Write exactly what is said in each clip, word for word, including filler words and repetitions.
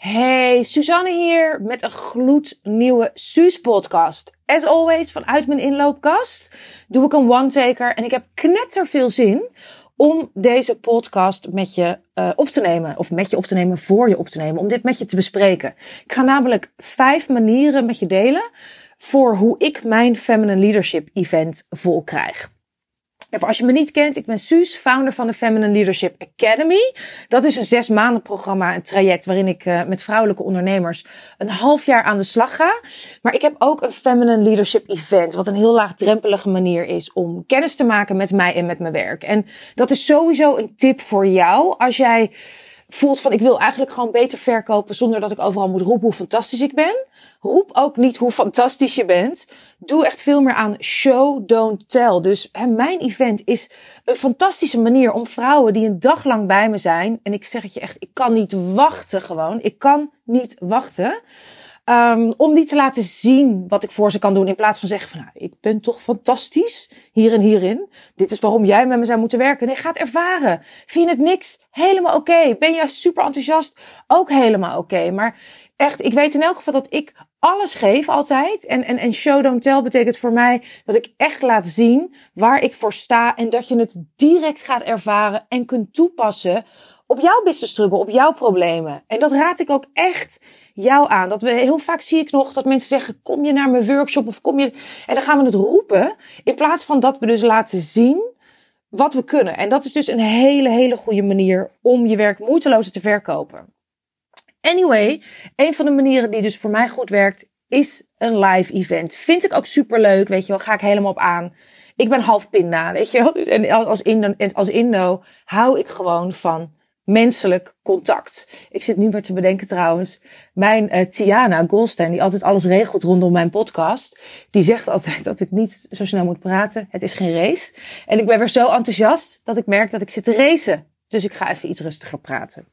Hey, Suzanne hier met een gloednieuwe Suus podcast. As always, vanuit mijn inloopkast doe ik een one-taker en ik heb knetterveel zin om deze podcast met je uh, op te nemen. Of met je op te nemen, voor je op te nemen. Om dit met je te bespreken. Ik ga namelijk vijf manieren met je delen voor hoe ik mijn Feminine Leadership Event vol krijg. En voor als je me niet kent, ik ben Suus, founder van de Feminine Leadership Academy. Dat is een zes maanden programma, een traject waarin ik uh, met vrouwelijke ondernemers een half jaar aan de slag ga. Maar ik heb ook een Feminine Leadership Event, wat een heel laagdrempelige manier is om kennis te maken met mij en met mijn werk. En dat is sowieso een tip voor jou als jij voelt van ik wil eigenlijk gewoon beter verkopen zonder dat ik overal moet roepen hoe fantastisch ik ben. Roep ook niet hoe fantastisch je bent. Doe echt veel meer aan show, don't tell. Dus hè, mijn event is een fantastische manier om vrouwen die een dag lang bij me zijn. En ik zeg het je echt, ik kan niet wachten gewoon. Ik kan niet wachten. Um, om die te laten zien wat ik voor ze kan doen. In plaats van zeggen van nou, ik ben toch fantastisch. Hier en hierin. Dit is waarom jij met me zou moeten werken. Nee, ga het ervaren. Vind je het niks? Helemaal oké. Okay. Ben je super enthousiast? Ook helemaal oké. Okay. Maar echt, ik weet in elk geval dat ik alles geef altijd. En, en, en show don't tell betekent voor mij dat ik echt laat zien waar ik voor sta. En dat je het direct gaat ervaren en kunt toepassen op jouw business struggle, op jouw problemen. En dat raad ik ook echt jou aan. Dat we heel vaak zie ik nog dat mensen zeggen, kom je naar mijn workshop of kom je... En dan gaan we het roepen in plaats van dat we dus laten zien wat we kunnen. En dat is dus een hele, hele goede manier om je werk moeiteloos te verkopen. Anyway, een van de manieren die dus voor mij goed werkt, is een live event. Vind ik ook superleuk, weet je wel, ga ik helemaal op aan. Ik ben half pinda, weet je wel. En als Indo, als Indo hou ik gewoon van menselijk contact. Ik zit nu maar te bedenken trouwens. Mijn uh, Tiana Goldstein, die altijd alles regelt rondom mijn podcast, die zegt altijd dat ik niet zo snel moet praten. Het is geen race. En ik ben weer zo enthousiast dat ik merk dat ik zit te racen. Dus ik ga even iets rustiger praten.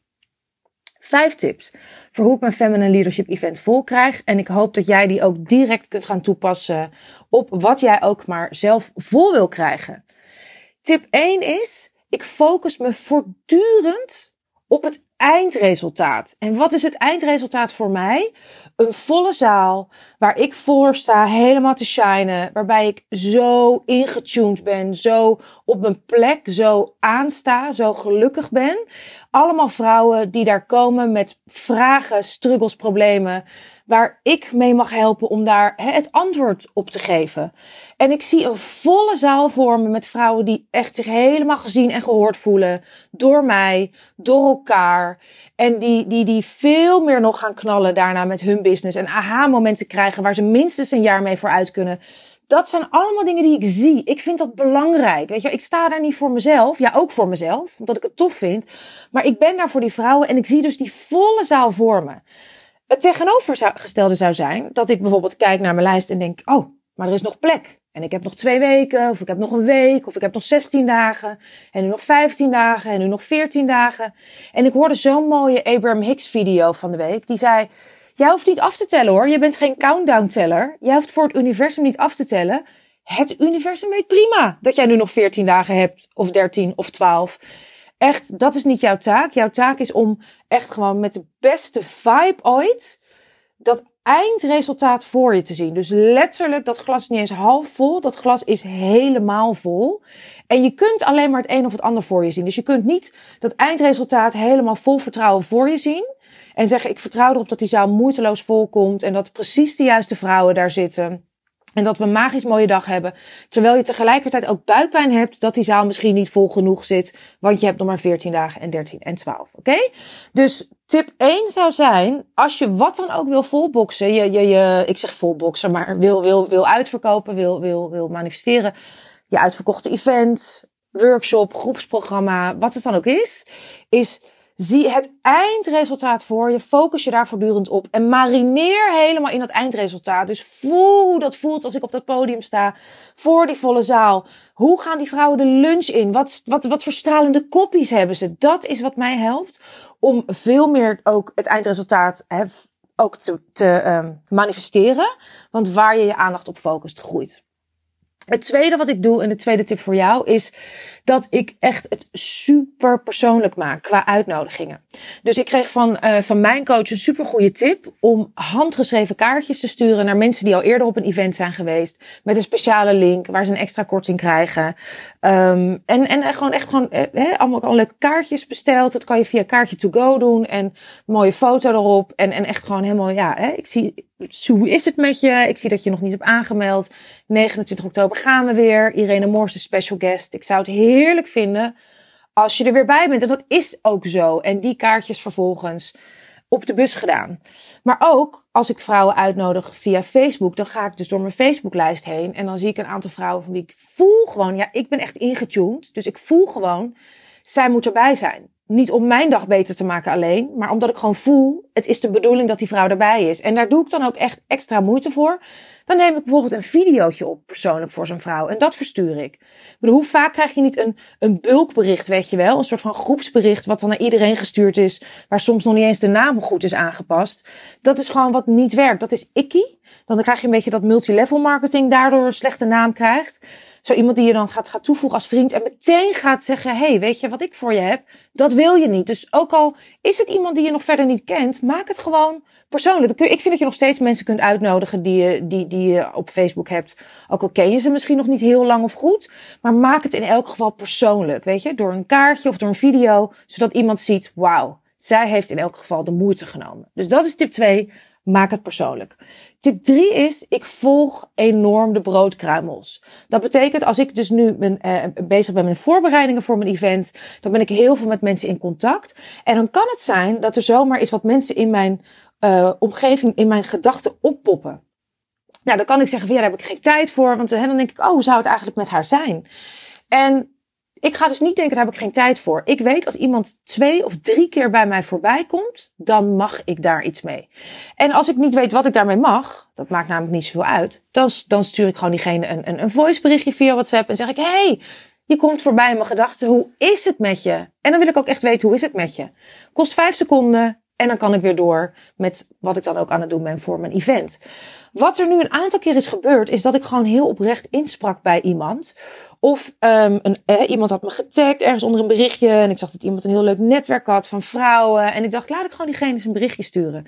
Vijf tips voor hoe ik mijn Feminine Leadership Event vol krijg. En ik hoop dat jij die ook direct kunt gaan toepassen op wat jij ook maar zelf vol wil krijgen. Tip één is, ik focus me voortdurend op het eindresultaat. En wat is het eindresultaat voor mij? Een volle zaal waar ik voor sta helemaal te shinen. Waarbij ik zo ingetuned ben, zo op mijn plek, zo aansta, zo gelukkig ben. Allemaal vrouwen die daar komen met vragen, struggles, problemen. Waar ik mee mag helpen om daar he, het antwoord op te geven. En ik zie een volle zaal vormen met vrouwen die echt zich helemaal gezien en gehoord voelen. Door mij, door elkaar. En die, die, die veel meer nog gaan knallen daarna met hun business. En aha-momenten krijgen waar ze minstens een jaar mee vooruit kunnen. Dat zijn allemaal dingen die ik zie. Ik vind dat belangrijk. Weet je, ik sta daar niet voor mezelf. Ja, ook voor mezelf, omdat ik het tof vind. Maar ik ben daar voor die vrouwen en ik zie dus die volle zaal vormen. Het tegenovergestelde zou zijn dat ik bijvoorbeeld kijk naar mijn lijst en denk, oh, maar er is nog plek. En ik heb nog twee weken, of ik heb nog een week, of ik heb nog zestien dagen. En nu nog vijftien dagen, en nu nog veertien dagen. En ik hoorde zo'n mooie Abraham Hicks video van de week. Die zei, jij hoeft niet af te tellen hoor. Je bent geen countdown teller. Jij hoeft voor het universum niet af te tellen. Het universum weet prima dat jij nu nog veertien dagen hebt, of dertien, of twaalf. Echt, dat is niet jouw taak. Jouw taak is om echt gewoon met de beste vibe ooit dat eindresultaat voor je te zien. Dus letterlijk, dat glas is niet eens half vol. Dat glas is helemaal vol. En je kunt alleen maar het een of het ander voor je zien. Dus je kunt niet dat eindresultaat helemaal vol vertrouwen voor je zien. En zeggen, ik vertrouw erop dat die zaal moeiteloos vol komt. En dat precies de juiste vrouwen daar zitten. En dat we een magisch mooie dag hebben. Terwijl je tegelijkertijd ook buikpijn hebt dat die zaal misschien niet vol genoeg zit. Want je hebt nog maar veertien dagen en dertien en twaalf. Oké? Okay? Dus tip één zou zijn, als je wat dan ook wil volboxen. Je, je, je, ik zeg volboxen, maar wil, wil, wil uitverkopen, wil, wil, wil manifesteren. Je uitverkochte event, workshop, groepsprogramma, wat het dan ook is. Is... Zie het eindresultaat voor je, focus je daar voortdurend op en marineer helemaal in dat eindresultaat. Dus voel hoe dat voelt als ik op dat podium sta, voor die volle zaal. Hoe gaan die vrouwen de lunch in? Wat, wat, wat voor stralende koppies hebben ze? Dat is wat mij helpt om veel meer ook het eindresultaat hè, ook te, te um, manifesteren. Want waar je je aandacht op focust, groeit. Het tweede wat ik doe, en de tweede tip voor jou, is dat ik echt het super persoonlijk maak qua uitnodigingen. Dus ik kreeg van, uh, van mijn coach een super goede tip om handgeschreven kaartjes te sturen naar mensen die al eerder op een event zijn geweest. Met een speciale link waar ze een extra korting krijgen. Um, en, en gewoon echt gewoon, eh, allemaal al leuke kaartjes besteld. Dat kan je via kaartje to go doen en een mooie foto erop. En, en echt gewoon helemaal, ja, hè, ik zie, hoe is het met je? Ik zie dat je nog niet hebt aangemeld. negenentwintig oktober gaan we weer. Irene Moors is special guest. Ik zou het heerlijk vinden als je er weer bij bent. En dat is ook zo. En die kaartjes vervolgens op de bus gedaan. Maar ook als ik vrouwen uitnodig via Facebook, dan ga ik dus door mijn Facebooklijst heen. En dan zie ik een aantal vrouwen van wie ik voel gewoon, ja, ik ben echt ingetuned. Dus ik voel gewoon, zij moet erbij zijn. Niet om mijn dag beter te maken alleen, maar omdat ik gewoon voel, het is de bedoeling dat die vrouw erbij is. En daar doe ik dan ook echt extra moeite voor. Dan neem ik bijvoorbeeld een videootje op, persoonlijk voor zo'n vrouw. En dat verstuur ik. Ik bedoel, hoe vaak krijg je niet een, een bulkbericht, weet je wel? Een soort van groepsbericht wat dan naar iedereen gestuurd is, waar soms nog niet eens de naam goed is aangepast. Dat is gewoon wat niet werkt. Dat is icky. Dan krijg je een beetje dat multilevel marketing daardoor een slechte naam krijgt. Zo iemand die je dan gaat, gaat toevoegen als vriend en meteen gaat zeggen, hey, weet je wat ik voor je heb? Dat wil je niet. Dus ook al is het iemand die je nog verder niet kent, maak het gewoon persoonlijk. Ik vind dat je nog steeds mensen kunt uitnodigen die je, die, die je op Facebook hebt. Ook al ken je ze misschien nog niet heel lang of goed. Maar maak het in elk geval persoonlijk, weet je? Door een kaartje of door een video, zodat iemand ziet, wauw, zij heeft in elk geval de moeite genomen. Dus dat is tip twee. Maak het persoonlijk. Tip drie is, ik volg enorm de broodkruimels. Dat betekent, als ik dus nu ben, uh, bezig ben met voorbereidingen voor mijn event, dan ben ik heel veel met mensen in contact. En dan kan het zijn dat er zomaar is wat mensen in mijn uh, omgeving, in mijn gedachten oppoppen. Nou, dan kan ik zeggen, van, ja, daar heb ik geen tijd voor. Want uh, dan denk ik, oh, hoe zou het eigenlijk met haar zijn? En ik ga dus niet denken, daar heb ik geen tijd voor. Ik weet, als iemand twee of drie keer bij mij voorbij komt, dan mag ik daar iets mee. En als ik niet weet wat ik daarmee mag, dat maakt namelijk niet zoveel uit, dan, dan stuur ik gewoon diegene een, een, een voiceberichtje via WhatsApp en zeg ik, hey, je komt voorbij in mijn gedachten, hoe is het met je? En dan wil ik ook echt weten, hoe is het met je? Kost vijf seconden en dan kan ik weer door met wat ik dan ook aan het doen ben voor mijn event. Wat er nu een aantal keer is gebeurd, is dat ik gewoon heel oprecht insprak bij iemand. Of um, een, eh, iemand had me getagd ergens onder een berichtje. En ik zag dat iemand een heel leuk netwerk had van vrouwen. En ik dacht, laat ik gewoon diegene eens een berichtje sturen.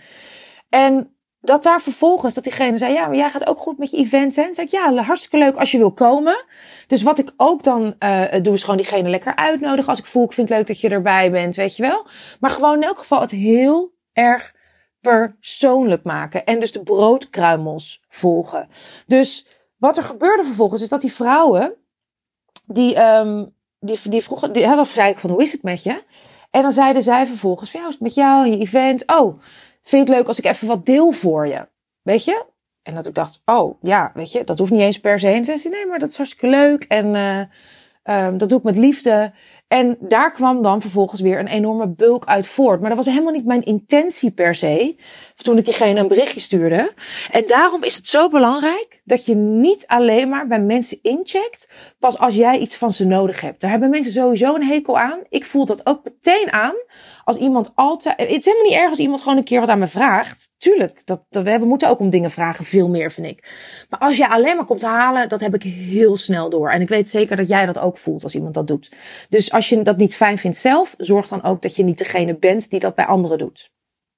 En dat daar vervolgens, dat diegene zei, ja, maar jij gaat ook goed met je event, hè? En zei ik, ja, hartstikke leuk als je wil komen. Dus wat ik ook dan uh, doe, is gewoon diegene lekker uitnodigen. Als ik voel, ik vind het leuk dat je erbij bent, weet je wel. Maar gewoon in elk geval het heel erg persoonlijk maken. En dus de broodkruimels volgen. Dus wat er gebeurde vervolgens, is dat die vrouwen, die, um, die, die vroegen, die, dan zei ik van, hoe is het met je? En dan zeiden zij vervolgens, van, ja, hoe is het met jou en je event? Oh, vind je het leuk als ik even wat deel voor je? Weet je? En dat ik dacht, oh, ja, weet je, dat hoeft niet eens per se. En zei ze, nee, maar dat is hartstikke leuk. En uh, um, dat doe ik met liefde. En daar kwam dan vervolgens weer een enorme bulk uit voort. Maar dat was helemaal niet mijn intentie per se, toen ik diegene een berichtje stuurde. En daarom is het zo belangrijk dat je niet alleen maar bij mensen incheckt, pas als jij iets van ze nodig hebt. Daar hebben mensen sowieso een hekel aan. Ik voel dat ook meteen aan. Als iemand altijd, het is helemaal niet erg als iemand gewoon een keer wat aan me vraagt. Tuurlijk, dat, dat, we moeten ook om dingen vragen, veel meer vind ik. Maar als je alleen maar komt halen, dat heb ik heel snel door. En ik weet zeker dat jij dat ook voelt als iemand dat doet. Dus als je dat niet fijn vindt zelf, zorg dan ook dat je niet degene bent die dat bij anderen doet.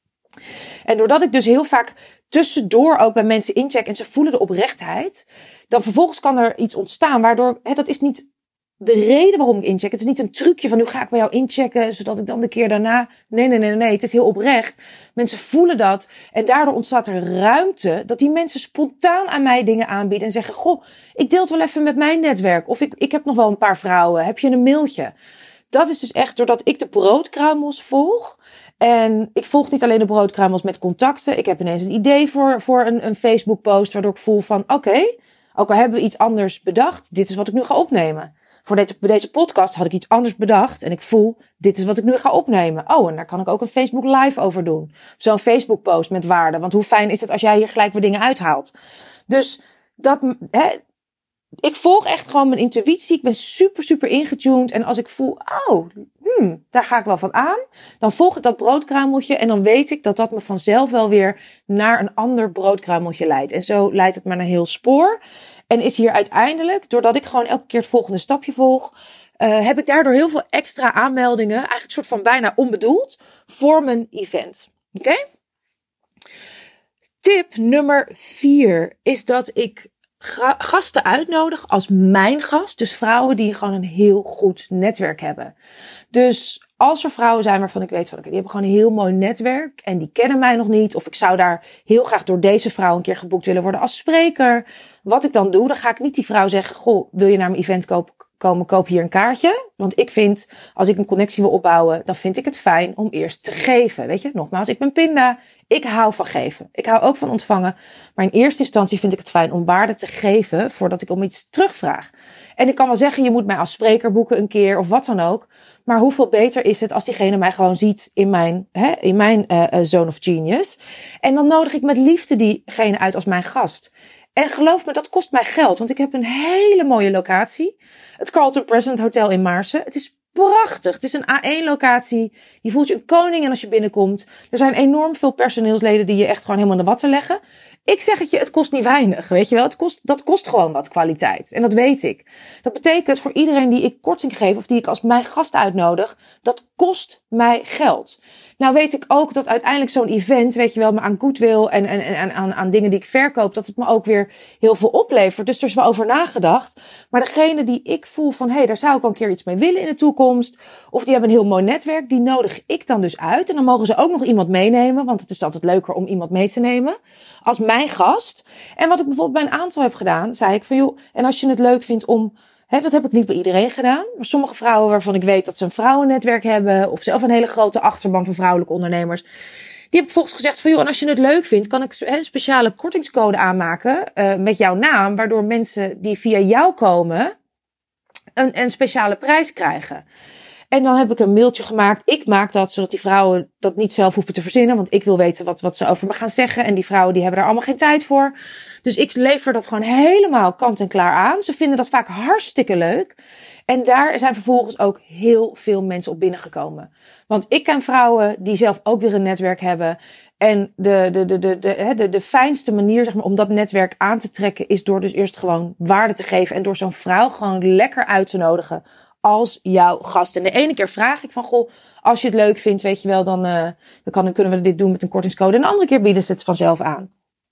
En doordat ik dus heel vaak tussendoor ook bij mensen incheck en ze voelen de oprechtheid, dan vervolgens kan er iets ontstaan waardoor, hè, dat is niet de reden waarom ik incheck. Het is niet een trucje van nu ga ik bij jou inchecken, zodat ik dan de keer daarna, nee, nee, nee, nee, het is heel oprecht. Mensen voelen dat en daardoor ontstaat er ruimte dat die mensen spontaan aan mij dingen aanbieden en zeggen, goh, ik deel het wel even met mijn netwerk of ik, ik heb nog wel een paar vrouwen, heb je een mailtje? Dat is dus echt doordat ik de broodkruimels volg. En ik volg niet alleen de broodkruimels met contacten. Ik heb ineens een idee voor, voor een, een Facebook post waardoor ik voel van oké, okay, ook al hebben we iets anders bedacht, dit is wat ik nu ga opnemen. Voor deze, deze podcast had ik iets anders bedacht en ik voel, dit is wat ik nu ga opnemen. Oh, en daar kan ik ook een Facebook live over doen. Zo'n Facebook post met waarde. Want hoe fijn is het als jij hier gelijk weer dingen uithaalt. Dus dat, hè, ik volg echt gewoon mijn intuïtie. Ik ben super, super ingetuned. En als ik voel, oh, hmm, daar ga ik wel van aan. Dan volg ik dat broodkruimeltje. En dan weet ik dat dat me vanzelf wel weer naar een ander broodkruimeltje leidt. En zo leidt het me naar een heel spoor. En is hier uiteindelijk, doordat ik gewoon elke keer het volgende stapje volg, uh, heb ik daardoor heel veel extra aanmeldingen, eigenlijk een soort van bijna onbedoeld, voor mijn event. Oké? Okay? Tip nummer vier is dat ik ga- gasten uitnodig als mijn gast. Dus vrouwen die gewoon een heel goed netwerk hebben. Dus als er vrouwen zijn waarvan ik weet van, okay, die hebben gewoon een heel mooi netwerk en die kennen mij nog niet. Of ik zou daar heel graag door deze vrouw een keer geboekt willen worden als spreker. Wat ik dan doe, dan ga ik niet die vrouw zeggen, goh, wil je naar mijn event kopen? Komen, koop hier een kaartje. Want ik vind, als ik een connectie wil opbouwen, dan vind ik het fijn om eerst te geven. Weet je, nogmaals, ik ben Pinda. Ik hou van geven. Ik hou ook van ontvangen. Maar in eerste instantie vind ik het fijn om waarde te geven voordat ik om iets terugvraag. En ik kan wel zeggen, je moet mij als spreker boeken een keer of wat dan ook. Maar hoeveel beter is het als diegene mij gewoon ziet in mijn, hè, in mijn uh, uh, zone of genius. En dan nodig ik met liefde diegene uit als mijn gast. En geloof me, dat kost mij geld. Want ik heb een hele mooie locatie. Het Carlton President Hotel in Maarsen. Het is prachtig. Het is een A één locatie. Je voelt je een koningin als je binnenkomt. Er zijn enorm veel personeelsleden die je echt gewoon helemaal in de watten leggen. Ik zeg het je, het kost niet weinig, weet je wel. Het kost, dat kost gewoon wat kwaliteit. En dat weet ik. Dat betekent voor iedereen die ik korting geef of die ik als mijn gast uitnodig, dat kost mij geld. Nou weet ik ook dat uiteindelijk zo'n event, weet je wel, me aan goodwill en, en, en aan, aan dingen die ik verkoop, dat het me ook weer heel veel oplevert. Dus er is wel over nagedacht. Maar degene die ik voel van, hé, hey, daar zou ik al een keer iets mee willen in de toekomst, of die hebben een heel mooi netwerk, die nodig ik dan dus uit. En dan mogen ze ook nog iemand meenemen, want het is altijd leuker om iemand mee te nemen als mijn gast. En wat ik bijvoorbeeld bij een aantal heb gedaan, zei ik van, joh, en als je het leuk vindt om, hè, dat heb ik niet bij iedereen gedaan, maar sommige vrouwen waarvan ik weet dat ze een vrouwennetwerk hebben, of zelf een hele grote achterban van vrouwelijke ondernemers, die heb volgens gezegd van, joh, en als je het leuk vindt, kan ik een speciale kortingscode aanmaken uh, met jouw naam, waardoor mensen die via jou komen een, een speciale prijs krijgen. En dan heb ik een mailtje gemaakt. Ik maak dat, zodat die vrouwen dat niet zelf hoeven te verzinnen. Want ik wil weten wat, wat ze over me gaan zeggen. En die vrouwen die hebben daar allemaal geen tijd voor. Dus ik lever dat gewoon helemaal kant en klaar aan. Ze vinden dat vaak hartstikke leuk. En daar zijn vervolgens ook heel veel mensen op binnengekomen. Want ik ken vrouwen die zelf ook weer een netwerk hebben. En de, de, de, de, de, de, de fijnste manier, zeg maar, om dat netwerk aan te trekken is door dus eerst gewoon waarde te geven. En door zo'n vrouw gewoon lekker uit te nodigen als jouw gast. En de ene keer vraag ik van, goh, als je het leuk vindt, weet je wel, dan, uh, dan, kan, dan kunnen we dit doen met een kortingscode. En de andere keer bieden ze het vanzelf aan.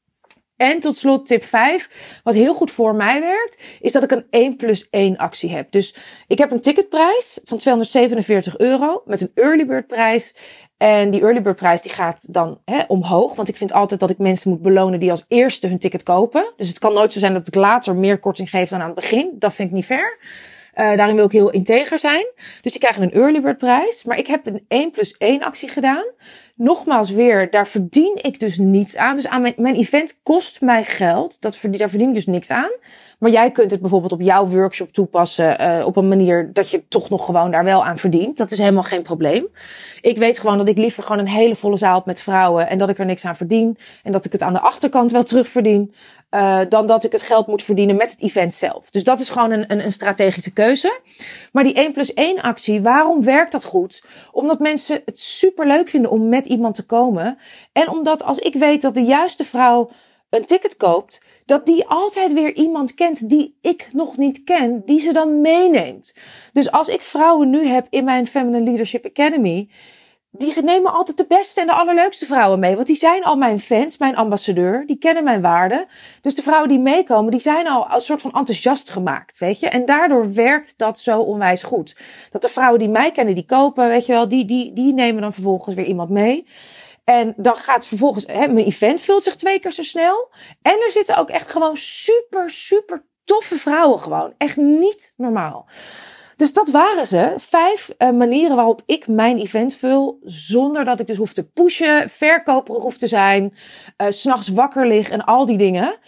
En tot slot tip vijf, wat heel goed voor mij werkt, is dat ik een één plus één actie heb. Dus ik heb een ticketprijs van tweehonderdzevenenveertig euro met een early bird prijs. En die early bird prijs die gaat dan hè, omhoog. Want ik vind altijd dat ik mensen moet belonen die als eerste hun ticket kopen. Dus het kan nooit zo zijn dat ik later meer korting geef dan aan het begin. Dat vind ik niet fair. Uh, daarin wil ik heel integer zijn. Dus die krijgen een early bird prijs. Maar ik heb een één plus één actie gedaan. Nogmaals weer, daar verdien ik dus niets aan. Dus aan mijn, mijn event kost mij geld. Dat verdien, daar verdien ik dus niks aan. Maar jij kunt het bijvoorbeeld op jouw workshop toepassen. Uh, op een manier dat je toch nog gewoon daar wel aan verdient. Dat is helemaal geen probleem. Ik weet gewoon dat ik liever gewoon een hele volle zaal heb met vrouwen. En dat ik er niks aan verdien. En dat ik het aan de achterkant wel terugverdien. Uh, dan dat ik het geld moet verdienen met het event zelf. Dus dat is gewoon een, een, een strategische keuze. Maar die één plus één actie, waarom werkt dat goed? Omdat mensen het super leuk vinden om met iemand te komen. En omdat als ik weet dat de juiste vrouw een ticket koopt, dat die altijd weer iemand kent die ik nog niet ken, die ze dan meeneemt. Dus als ik vrouwen nu heb in mijn Feminine Leadership Academy, die nemen altijd de beste en de allerleukste vrouwen mee. Want die zijn al mijn fans, mijn ambassadeur. Die kennen mijn waarden. Dus de vrouwen die meekomen, die zijn al als soort van enthousiast gemaakt, weet je. En daardoor werkt dat zo onwijs goed. Dat de vrouwen die mij kennen, die kopen, weet je wel, die, die, die nemen dan vervolgens weer iemand mee. En dan gaat vervolgens, hè, mijn event vult zich twee keer zo snel. En er zitten ook echt gewoon super, super toffe vrouwen gewoon. Echt niet normaal. Dus dat waren ze. Vijf uh, manieren waarop ik mijn event vul. Zonder dat ik dus hoef te pushen. Verkoperig hoef te zijn. Uh, 's nachts wakker lig en al die dingen.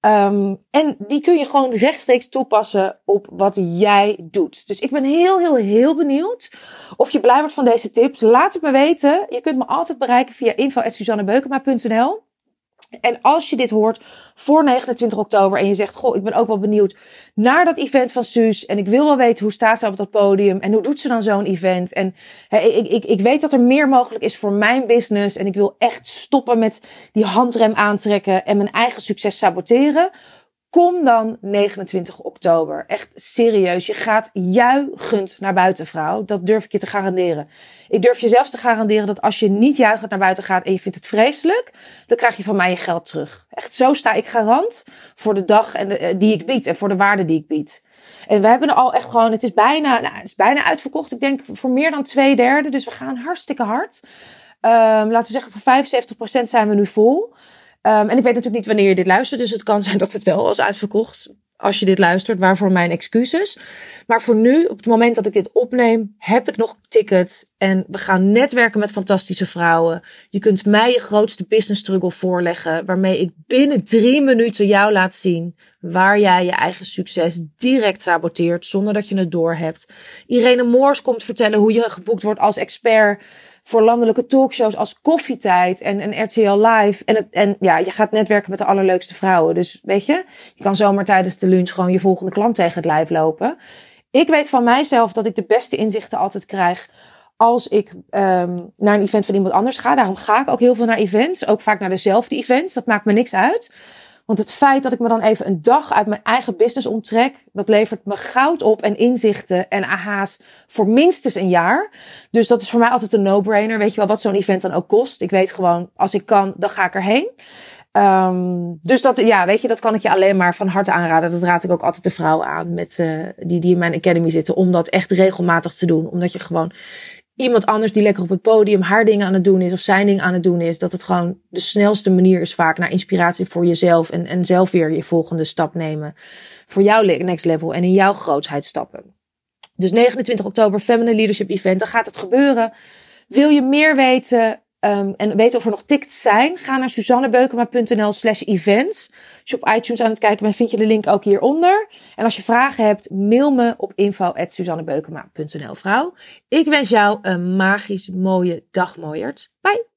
Um, en die kun je gewoon rechtstreeks toepassen op wat jij doet. Dus ik ben heel, heel, heel benieuwd of je blij wordt van deze tips. Laat het me weten. Je kunt me altijd bereiken via info at suzannebeukema punt n l. En als je dit hoort voor negenentwintig oktober en je zegt, goh, ik ben ook wel benieuwd naar dat event van Suus en ik wil wel weten hoe staat ze op dat podium en hoe doet ze dan zo'n event. En he, ik, ik, ik weet dat er meer mogelijk is voor mijn business en ik wil echt stoppen met die handrem aantrekken en mijn eigen succes saboteren. Kom dan negenentwintig oktober. Echt serieus. Je gaat juichend naar buiten, vrouw. Dat durf ik je te garanderen. Ik durf je zelfs te garanderen dat als je niet juichend naar buiten gaat en je vindt het vreselijk, dan krijg je van mij je geld terug. Echt, zo sta ik garant voor de dag en de, die ik bied en voor de waarde die ik bied. En we hebben er al echt gewoon, het is bijna, nou, het is bijna uitverkocht. Ik denk voor meer dan twee derde. Dus we gaan hartstikke hard. Um, laten we zeggen, voor vijfenzeventig procent zijn we nu vol. Um, en ik weet natuurlijk niet wanneer je dit luistert. Dus het kan zijn dat het wel was uitverkocht. Als je dit luistert, waarvoor mijn excuses. Maar voor nu, op het moment dat ik dit opneem, heb ik nog tickets. En we gaan netwerken met fantastische vrouwen. Je kunt mij je grootste business struggle voorleggen. Waarmee ik binnen drie minuten jou laat zien waar jij je eigen succes direct saboteert. Zonder dat je het doorhebt. Irene Moors komt vertellen hoe je geboekt wordt als expert voor landelijke talkshows als Koffietijd en, en R T L Live. En, het, en ja, je gaat netwerken met de allerleukste vrouwen. Dus weet je, je kan zomaar tijdens de lunch gewoon je volgende klant tegen het lijf lopen. Ik weet van mijzelf dat ik de beste inzichten altijd krijg als ik um, naar een event van iemand anders ga. Daarom ga ik ook heel veel naar events. Ook vaak naar dezelfde events. Dat maakt me niks uit. Want het feit dat ik me dan even een dag uit mijn eigen business onttrek, dat levert me goud op en inzichten en aha's voor minstens een jaar. Dus dat is voor mij altijd een no-brainer. Weet je wel, wat zo'n event dan ook kost. Ik weet gewoon, als ik kan, dan ga ik erheen. Um, dus dat, ja, weet je, dat kan ik je alleen maar van harte aanraden. Dat raad ik ook altijd de vrouwen aan met, uh, die, die in mijn academy zitten, om dat echt regelmatig te doen. Omdat je gewoon iemand anders die lekker op het podium haar dingen aan het doen is of zijn ding aan het doen is, dat het gewoon de snelste manier is vaak naar inspiratie voor jezelf en, en zelf weer je volgende stap nemen voor jouw next level en in jouw grootsheid stappen. Dus negenentwintig oktober, Feminine Leadership Event, dan gaat het gebeuren. Wil je meer weten um, en weten of er nog tickets zijn? Ga naar suzannebeukema.nl slash events. Als je op iTunes aan het kijken bent, vind je de link ook hieronder. En als je vragen hebt, mail me op info at suzannebeukema.nl. Vrouw, ik wens jou een magisch mooie dag, mooiert. Bye!